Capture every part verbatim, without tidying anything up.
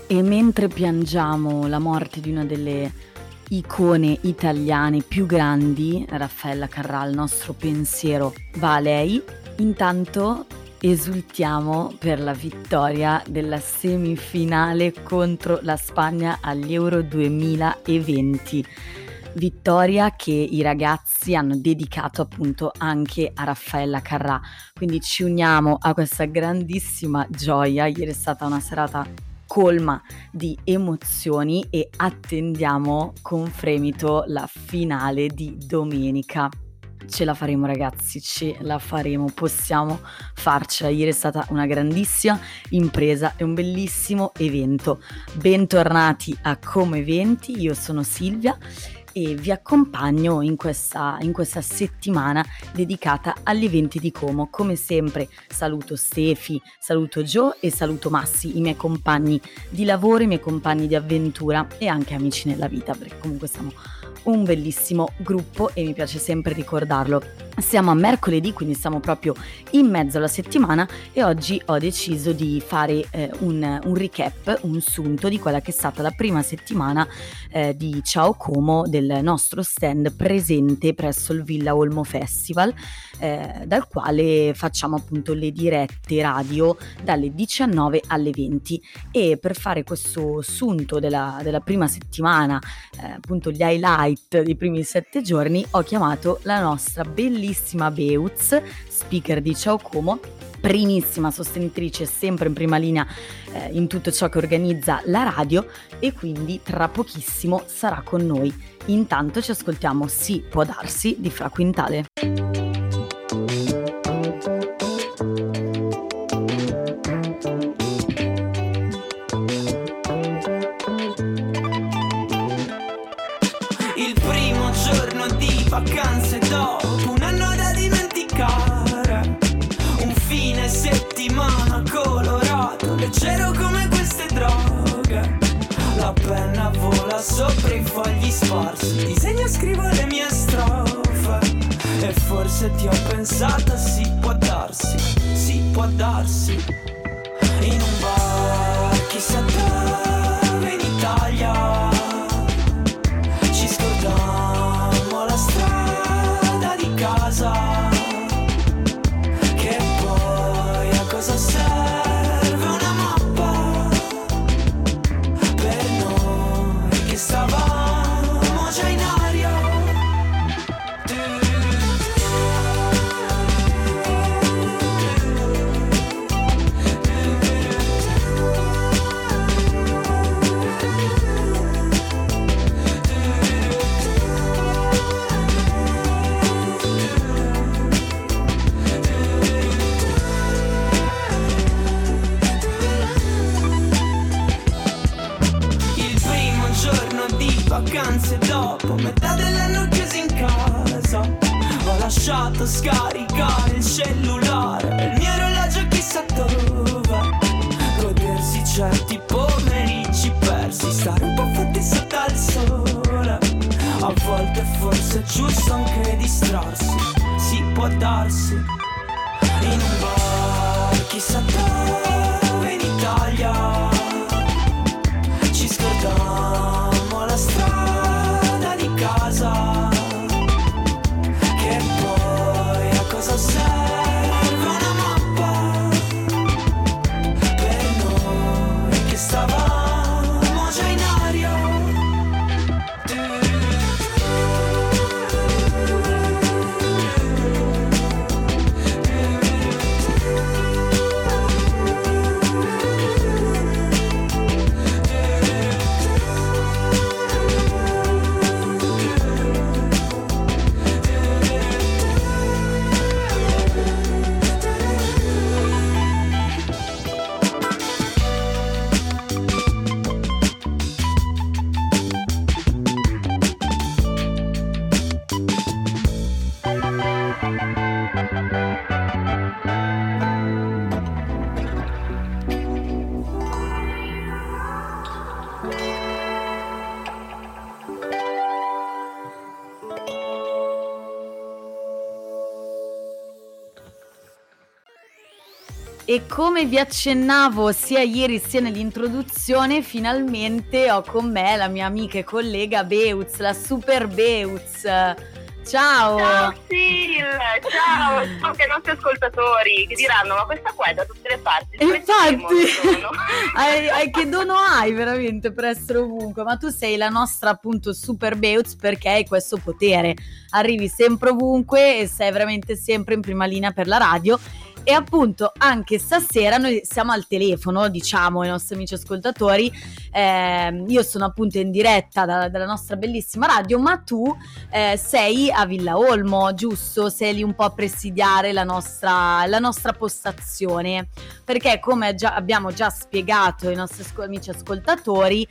E mentre piangiamo la morte di una delle icone italiane più grandi, Raffaella Carrà, il nostro pensiero va a lei. Intanto esultiamo per la vittoria della semifinale contro la Spagna agli Euro duemilaventi. Vittoria che i ragazzi hanno dedicato appunto anche a Raffaella Carrà. Quindi ci uniamo a questa grandissima gioia. Ieri è stata una serata colma di emozioni e attendiamo con fremito la finale di domenica. Ce la faremo ragazzi, ce la faremo, possiamo farcela. Ieri è stata una grandissima impresa e un bellissimo evento. Bentornati a Como Eventi, io sono Silvia e vi accompagno in questa, in questa settimana dedicata agli eventi di Como. Come sempre saluto Stefi, saluto Gio e saluto Massi, i miei compagni di lavoro, i miei compagni di avventura e anche amici nella vita, perché comunque siamo un bellissimo gruppo e mi piace sempre ricordarlo. Siamo a mercoledì, quindi siamo proprio in mezzo alla settimana e oggi ho deciso di fare eh, un, un recap, un sunto di quella che è stata la prima settimana eh, di Ciao Como, del nostro stand presente presso il Villa Olmo Festival, eh, dal quale facciamo appunto le dirette radio dalle diciannove alle venti. E per fare questo sunto della, della prima settimana, eh, appunto gli highlight dei primi sette giorni, ho chiamato la nostra bellissima Beuz, speaker di Ciao Como, primissima sostenitrice, sempre in prima linea eh, in tutto ciò che organizza la radio, e quindi tra pochissimo sarà con noi. Intanto ci ascoltiamo Si può darsi di Fra Quintale. Il primo giorno di vacanze dopo un anno da dimenticare, un fine settimana colorato, leggero come queste droghe. La penna vola sopra i fogli sparsi, disegno e scrivo le mie strofe. E forse ti ho pensato, si può darsi, si può darsi. In un bar, chissà dove in Italia, ci scordammo la strada di casa, che poi a cosa serve una mappa per noi che stavamo già in aria. Vacanze dopo metà dell'anno chiusi in casa, ho lasciato scaricare il cellulare, il mio orologio chissà dove, godersi certi pomeriggi persi, stare un po' fatti sotto al sole. A volte forse è giusto anche distrarsi, si può darsi. In un bar, chissà dove in Italia, ci scordiamo la strada di casa, che poi a cosa serve una mappa per noi che stavamo già in aria. E come vi accennavo sia ieri sia nell'introduzione, finalmente ho con me la mia amica e collega Beuz, la super Beuz. Ciao! Ciao Sil, ciao, ciao che i nostri ascoltatori che diranno ma questa qua è da tutte le parti. Infatti, hai, hai, che dono hai veramente per essere ovunque, ma tu sei la nostra appunto super Beuz perché hai questo potere, arrivi sempre ovunque e sei veramente sempre in prima linea per la radio. E appunto anche stasera noi siamo al telefono, diciamo ai nostri amici ascoltatori, eh, io sono appunto in diretta da, dalla nostra bellissima radio, ma tu eh, sei a Villa Olmo, giusto? Sei lì un po' a presidiare la nostra, la nostra postazione, perché come già, abbiamo già spiegato ai nostri asco- amici ascoltatori,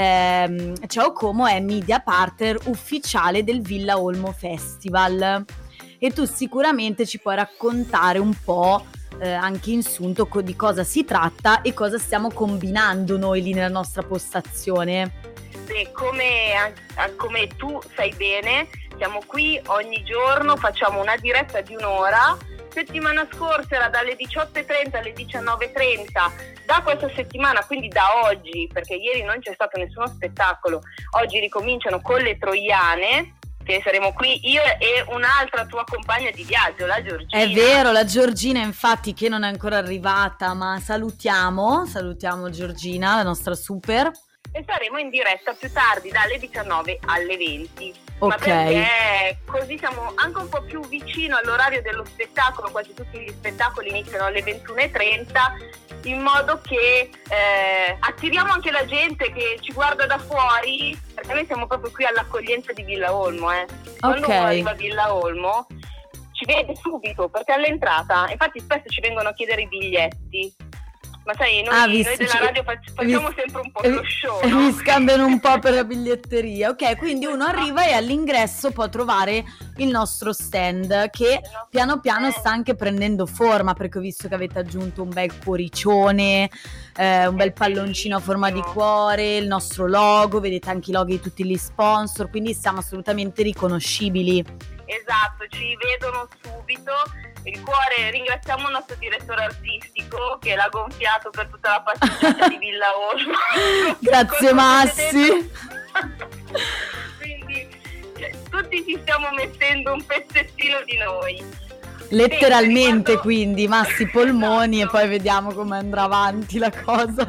ehm, Ciao Como è media partner ufficiale del Villa Olmo Festival. E tu sicuramente ci puoi raccontare un po' eh, anche in sunto co- di cosa si tratta e cosa stiamo combinando noi lì nella nostra postazione. Sì, come, come tu sai bene, siamo qui ogni giorno, facciamo una diretta di un'ora. Settimana scorsa era dalle diciotto e trenta alle diciannove e trenta. Da questa settimana, quindi da oggi, perché ieri non c'è stato nessuno spettacolo, oggi ricominciano con le Troiane. Che saremo qui io e un'altra tua compagna di viaggio, la Giorgina. È vero, la Giorgina infatti che non è ancora arrivata, ma salutiamo, salutiamo Giorgina, la nostra super. E saremo in diretta più tardi dalle diciannove alle venti. Ok. Ma perché così siamo anche un po' più vicino all'orario dello spettacolo, quasi tutti gli spettacoli iniziano alle ventuno e trenta, in modo che eh, attiriamo anche la gente che ci guarda da fuori, perché noi siamo proprio qui all'accoglienza di Villa Olmo. Eh. Quando okay. uno arriva a Villa Olmo ci vede subito, perché all'entrata, infatti spesso ci vengono a chiedere i biglietti. Ma sai, noi, ah, noi della ci... radio fac- facciamo vi... sempre un po' lo show, e no? mi scambiano un po' per la biglietteria. Ok, quindi uno arriva e all'ingresso può trovare il nostro stand che piano piano sta anche prendendo forma, perché ho visto che avete aggiunto un bel cuoricione, eh, un bel palloncino a forma di cuore, il nostro logo, vedete anche i loghi di tutti gli sponsor, quindi siamo assolutamente riconoscibili. Esatto, ci vedono subito. Il cuore, ringraziamo il nostro direttore artistico che l'ha gonfiato per tutta la passeggiata di Villa Olmo. Grazie Massi. Quindi cioè, tutti ci stiamo mettendo un pezzettino di noi. Letteralmente, riguardo... quindi Massi polmoni, esatto. E poi vediamo come andrà avanti la cosa.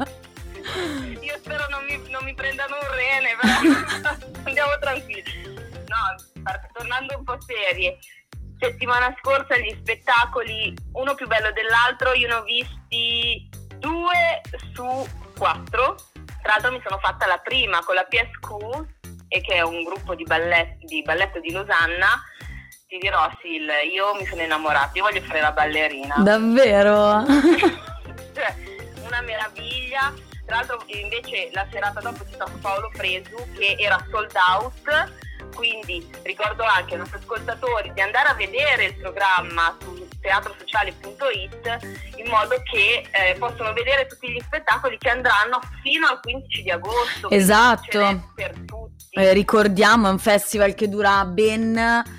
Io spero non mi, non mi prendano un rene, però andiamo tranquilli. No, tornando un po' serie. Settimana scorsa gli spettacoli, uno più bello dell'altro, io ne ho visti due su quattro. Tra l'altro mi sono fatta la prima con la P S Q, e che è un gruppo di, ballet, di balletto di Losanna. Ti dirò Sil, io mi sono innamorata, io voglio fare la ballerina. Davvero? Cioè, una meraviglia. Tra l'altro invece la serata dopo c'è stato Paolo Fresu che era sold out. Quindi ricordo anche ai nostri ascoltatori di andare a vedere il programma su teatro sociale punto it in modo che eh, possono vedere tutti gli spettacoli che andranno fino al quindici di agosto. Esatto. Per tutti. Eh, ricordiamo, è un festival che dura ben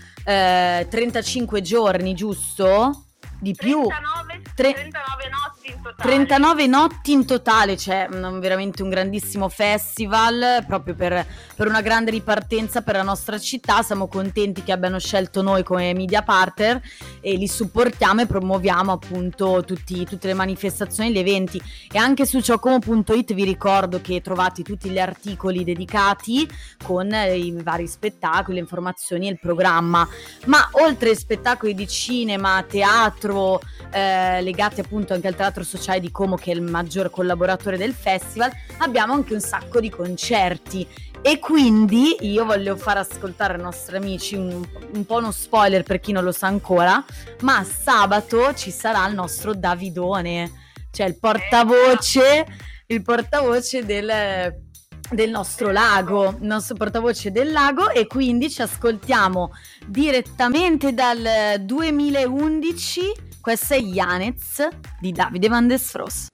eh, trentacinque giorni, giusto? Di più. trentanove, Tre... trentanove notti in totale. trentanove notti in totale, cioè un, veramente un grandissimo festival, proprio per, per una grande ripartenza per la nostra città. Siamo contenti che abbiano scelto noi come media partner e li supportiamo e promuoviamo appunto tutti, tutte le manifestazioni e gli eventi. E anche su ciaocomo punto it vi ricordo che trovate tutti gli articoli dedicati con i vari spettacoli, le informazioni e il programma. Ma oltre ai spettacoli di cinema, teatro, Eh, legati appunto anche al Teatro Sociale di Como, che è il maggior collaboratore del festival, abbiamo anche un sacco di concerti. E quindi io voglio far ascoltare ai nostri amici un, un po' uno spoiler per chi non lo sa ancora, ma sabato ci sarà il nostro Davidone, cioè il portavoce, il portavoce del... del nostro lago, il nostro portavoce del lago, e quindi ci ascoltiamo direttamente dal duemilaundici. Questa è Janez di Davide Van der Sfros.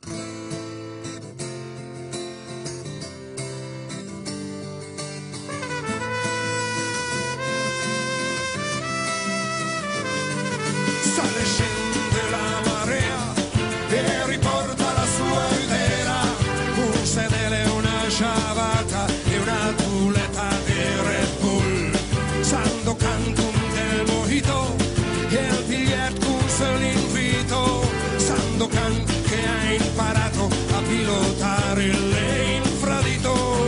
Sale, scende la marea per Sandokan che ha imparato a pilotare l'infradito.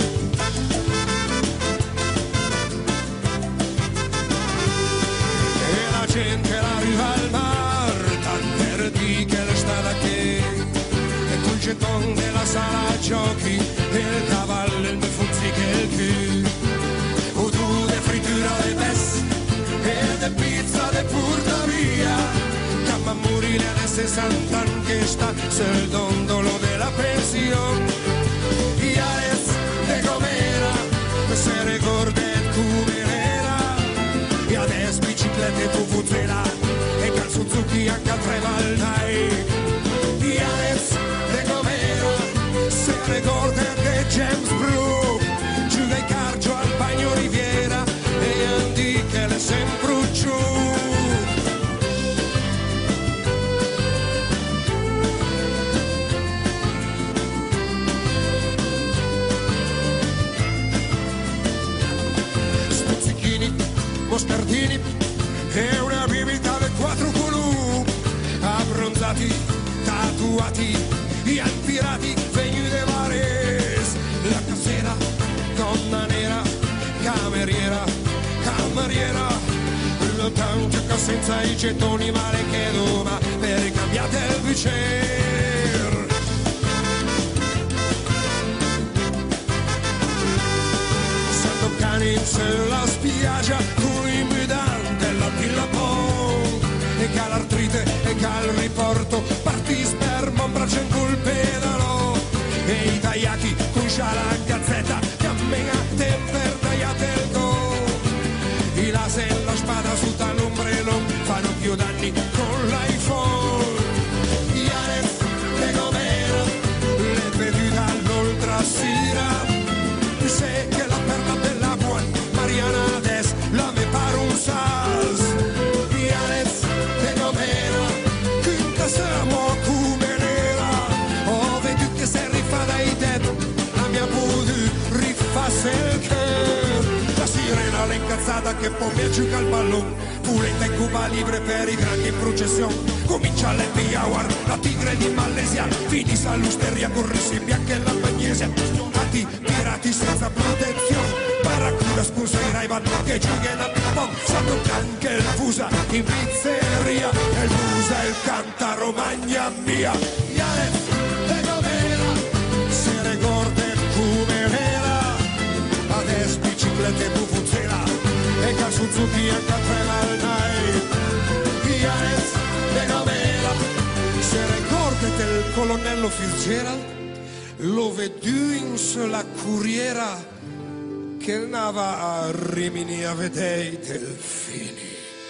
E la gente arriva al mar, tanto di che le sta da che, e col geton della sala giochi, e il cavallo, il mefuzzi che il che, o tu de frittura de pes, e de pizza de purta via, camma morire de sessanta anni che sta sul dondolo della pensione. Y ares de comera, se ricorda come era, e adesso biciclette Vuvuzela, e calzuzzucchi anche a tre valdai. Y ares de comera, se ricorda de James Blue, giù dai Cargio al bagno Riviera, e Andy che le sempre giù. Moscardini e una bibita del quattro colù, abbronzati, tatuati, e pirati venuti de Vares, la casera, donna nera, cameriera, cameriera, lontano che senza i gettoni male chiedo, ma per cambiate il bicer. Sandokan sulla spiaggia con imbidante la Billabong, e che l'artrite e che al riporto partì sperma un braccio in col pedalo, e i tagliati con sciala gazzetta cammina temper tagliate il go, i laser e la spada su tal'ombrello fanno più danni con l'iPhone. Y ares de comera, le vedute all'oltra sera, sé que la perla de la buena Mariana des la me para un sas. Y ares de comera, quinta siamo come nera, oh vedi che se rifà dai dead, la mia voodoo rifasse il che, la sirena l'incazzata che poi mi gioca il pallone, pulenta in Cuba libre per i grandi in processione, comincia l'happy hour, la tigre di Malesia, finis all'usteria con risi bianche e la magnesia, stonati pirati senza protezione, barracuda scusa i Ray-Ban che giocano a ping pong, Sandokan che il fusa in pizzeria, e il fusa il canta Romagna mia. Y ares de comera, se ricorda come era, adesso biciclette Vuvuzela, e calzuzzucchi anche a tre valdai. Y ares de comera, se ricorda del colonnello Fitzgerald, lo vedu in sulla corriera che andava a Rimini a vedere i delfini.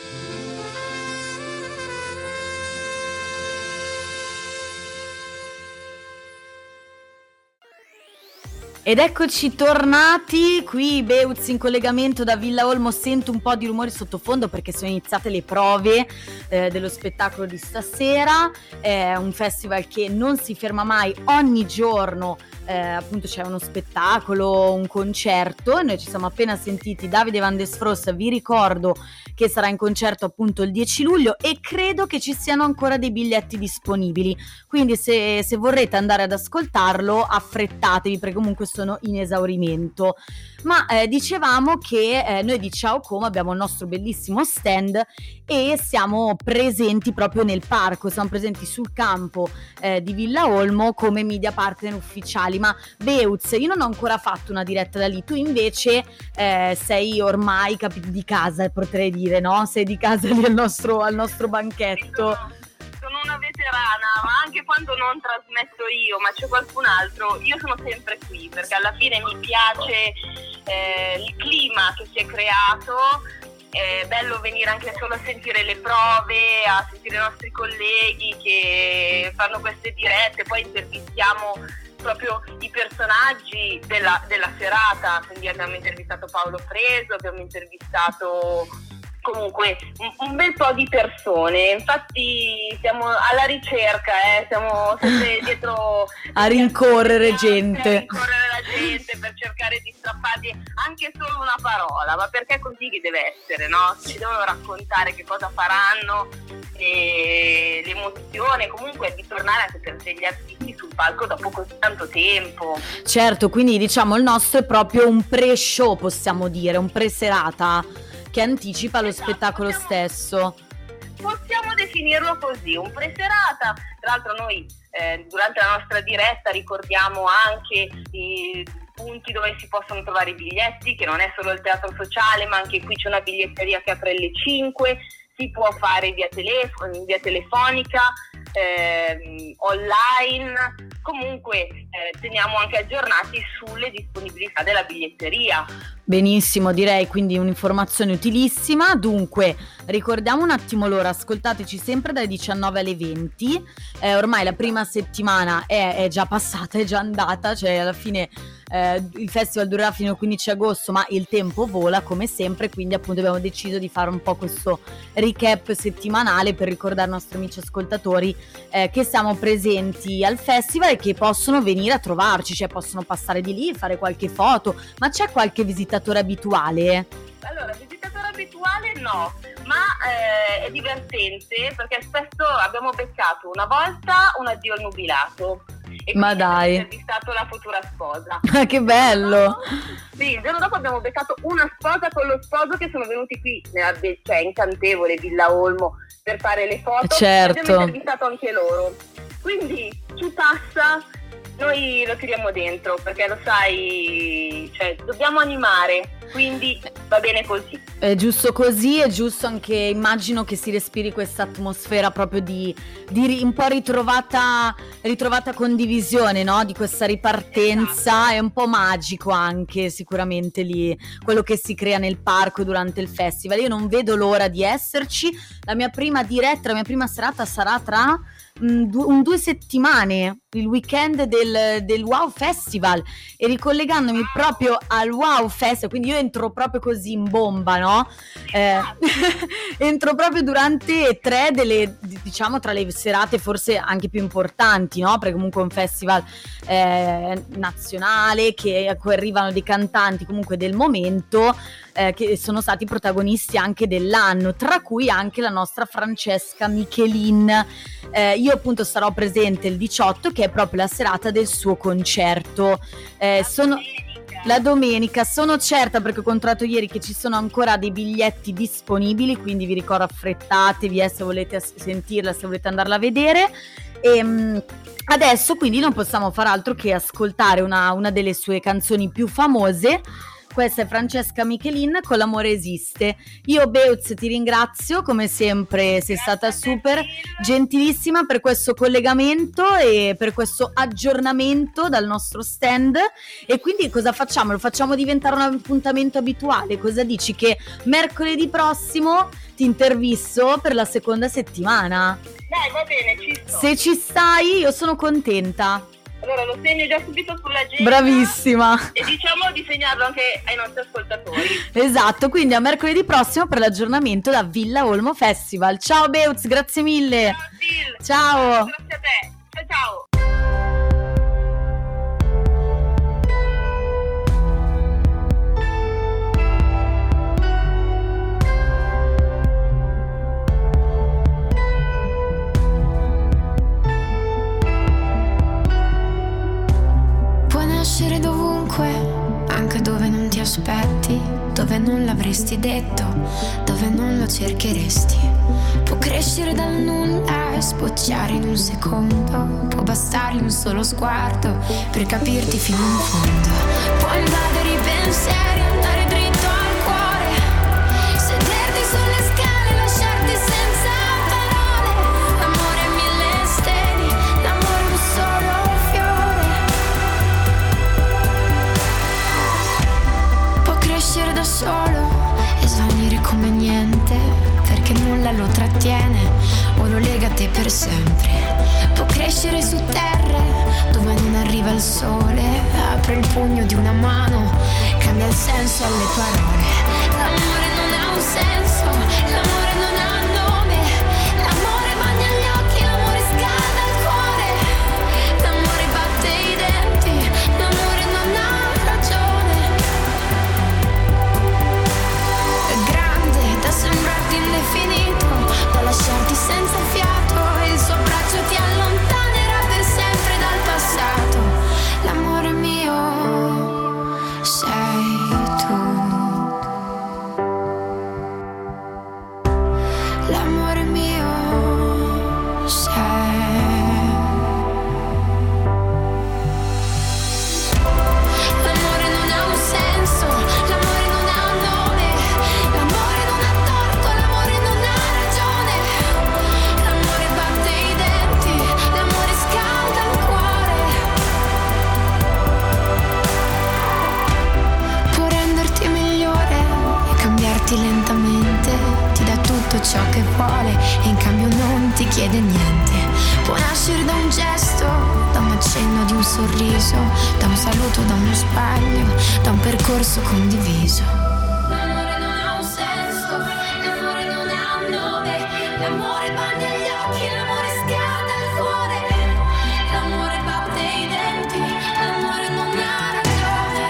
Ed eccoci tornati qui, Beuz in collegamento da Villa Olmo. Sento un po' di rumori sottofondo perché sono iniziate le prove eh, dello spettacolo di stasera. È un festival che non si ferma mai, ogni giorno eh, appunto c'è uno spettacolo, un concerto. Noi ci siamo appena sentiti Davide Van der Sfrost, vi ricordo che sarà in concerto appunto il dieci luglio e credo che ci siano ancora dei biglietti disponibili, quindi se, se vorrete andare ad ascoltarlo affrettatevi perché comunque sono in esaurimento. Ma eh, dicevamo che eh, noi di Ciao Como abbiamo il nostro bellissimo stand e siamo presenti proprio nel parco, siamo presenti sul campo eh, di Villa Olmo come media partner ufficiali. Ma Beuz, io non ho ancora fatto una diretta da lì, tu invece eh, sei ormai capi- di casa, potrei dire, no? Sei di casa lì al nostro, al nostro banchetto. Sono una veterana, ma anche quando non trasmetto io, ma c'è qualcun altro, io sono sempre qui perché alla fine mi piace eh, il clima che si è creato. È bello venire anche solo a sentire le prove, a sentire i nostri colleghi che fanno queste dirette, poi intervistiamo proprio i personaggi della, della serata, quindi abbiamo intervistato Paolo Freso, abbiamo intervistato comunque un, un bel po' di persone, infatti siamo alla ricerca, eh, siamo sempre dietro a rincorrere gente. A rincorrere la gente per cercare cercare di strappargli anche solo una parola, ma perché così che deve essere, no? Ci devono raccontare che cosa faranno, e l'emozione comunque di tornare anche per degli artisti sul palco dopo così tanto tempo. Certo, quindi diciamo il nostro è proprio un pre-show, possiamo dire, un pre-serata che anticipa lo Esatto, spettacolo possiamo, stesso. Possiamo definirlo così, un pre-serata. Tra l'altro noi eh, durante la nostra diretta ricordiamo anche i punti dove si possono trovare i biglietti, che non è solo il teatro sociale, ma anche qui c'è una biglietteria che apre alle cinque, si può fare via, telefon- via telefonica, eh, online, comunque eh, teniamo anche aggiornati sulle disponibilità della biglietteria. Benissimo, direi, quindi un'informazione utilissima. Dunque, ricordiamo un attimo l'ora, ascoltateci sempre dalle diciannove alle venti, eh, ormai la prima settimana è, è già passata, è già andata, cioè alla fine eh, il festival durerà fino al quindici agosto, ma il tempo vola come sempre, quindi appunto abbiamo deciso di fare un po' questo recap settimanale per ricordare ai nostri amici ascoltatori eh, che siamo presenti al festival e che possono venire a trovarci, cioè possono passare di lì, fare qualche foto. Ma c'è qualche visitatore abituale? Allora, visitatore abituale no, ma eh, è divertente perché spesso abbiamo beccato una volta un addio al nubilato. E Ma dai, ho intervistato la futura sposa. Che bello! Sì, il giorno dopo abbiamo beccato una sposa con lo sposo che sono venuti qui nella cioè, incantevole Villa Olmo per fare le foto. Certo. E abbiamo intervistato anche loro. Quindi chi passa noi lo tiriamo dentro perché lo sai, cioè dobbiamo animare, quindi va bene così. È giusto così, è giusto anche, immagino che si respiri questa atmosfera proprio di, di ri- un po' ritrovata, ritrovata condivisione, no? Di questa ripartenza, Esatto. È un po' magico anche sicuramente lì, quello che si crea nel parco durante il festival. Io non vedo l'ora di esserci, la mia prima diretta, la mia prima serata sarà tra mh, du- un due settimane, il weekend del, del Wow Festival, e ricollegandomi proprio al Wow Festival, quindi io entro proprio così in bomba, no? Eh, entro proprio durante tre delle, diciamo, tra le serate forse anche più importanti, no? Perché comunque è un festival eh, nazionale che, a cui arrivano dei cantanti comunque del momento, eh, che sono stati protagonisti anche dell'anno, tra cui anche la nostra Francesca Michelin. Eh, io appunto sarò presente il diciotto, che è proprio la serata del suo concerto. Eh, sono la domenica, sono certa, perché ho controllato ieri, che ci sono ancora dei biglietti disponibili, quindi vi ricordo, affrettatevi eh, se volete sentirla, se volete andarla a vedere. E mh, adesso quindi non possiamo far altro che ascoltare una, una delle sue canzoni più famose. Questa è Francesca Michelin con L'amore esiste. Io Beuz ti ringrazio, come sempre sei stata super gentilissima per questo collegamento e per questo aggiornamento dal nostro stand. E quindi cosa facciamo? Lo facciamo diventare un appuntamento abituale? Cosa dici, che mercoledì prossimo ti intervisto per la seconda settimana? Dai, va bene, ci sto. Se ci stai io sono contenta. Allora lo segno già subito sull'agenda. Bravissima. E diciamo di segnarlo anche ai nostri ascoltatori. Esatto, quindi a mercoledì prossimo per l'aggiornamento da Villa Olmo Festival. Ciao Beuz, grazie mille. Ciao Sil. Ciao. Grazie a te. Ciao ciao. Nascere dovunque, anche dove non ti aspetti, dove non l'avresti detto, dove non lo cercheresti. Può crescere dal nulla e sbocciare in un secondo, può bastargli un solo sguardo per capirti fino in fondo. Può invadere i pensieri, andare dritto al cuore, sederti sulle scale, lasciarti senza parole. L'amore mille steli, l'amore un solo crescere da solo e svanire come niente, perché nulla lo trattiene o lo lega a te per sempre. Può crescere su terre dove non arriva il sole, apre il pugno di una mano, cambia il senso alle parole. L'amore non ha un senso, l'amore non ha nome, l'amore bagna gli occhi, l'amore scalda il cuore, l'amore batte i denti, l'amore non ha ragione. ti chiede niente. Può nascere da un gesto, da un accenno di un sorriso, da un saluto, da uno sbaglio, da un percorso condiviso. L'amore non ha un senso, l'amore non ha un nome, l'amore bagna gli occhi, l'amore scalda il cuore, l'amore batte i denti, l'amore non ha ragione.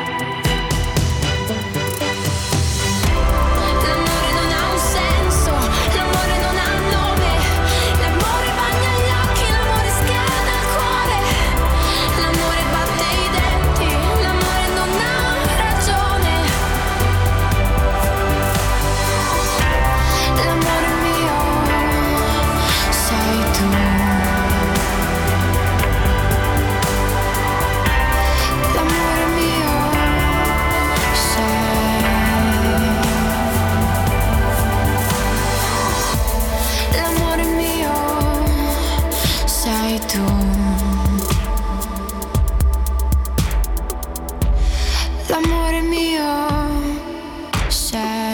L'amore non ha un senso, l'amore non ha un nome, l'amore bagna gli occhi, l'amore scalda il cuore, l'amore batte i denti, l'amore non ha ragione. L'amore mio sei tu. L'amore mio sei. L'amore mio sei tu. L'amore mio sei.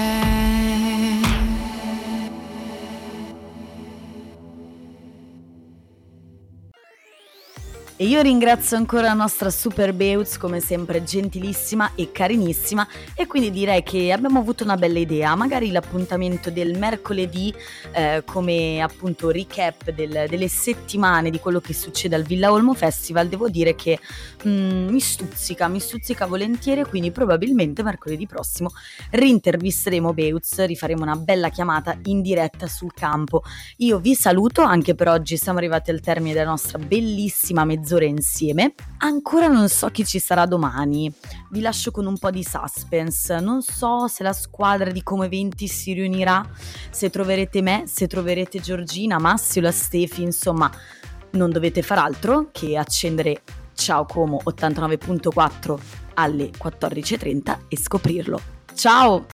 E io ringrazio ancora la nostra Super Beuz, come sempre gentilissima e carinissima, e quindi direi che abbiamo avuto una bella idea. Magari l'appuntamento del mercoledì eh, come appunto recap del, delle settimane di quello che succede al Villa Olmo Festival, devo dire che mm, mi stuzzica, mi stuzzica volentieri, quindi probabilmente mercoledì prossimo rintervisteremo Beuz, rifaremo una bella chiamata in diretta sul campo. Io vi saluto, anche per oggi siamo arrivati al termine della nostra bellissima mezz'ora insieme. Ancora non so chi ci sarà domani, vi lascio con un po' di suspense. Non so se la squadra di Como Eventi si riunirà, se troverete me, se troverete Giorgina, Massimo, la Stefi, insomma non dovete far altro che accendere Ciao Como ottantanove virgola quattro alle quattordici e trenta e scoprirlo. Ciao!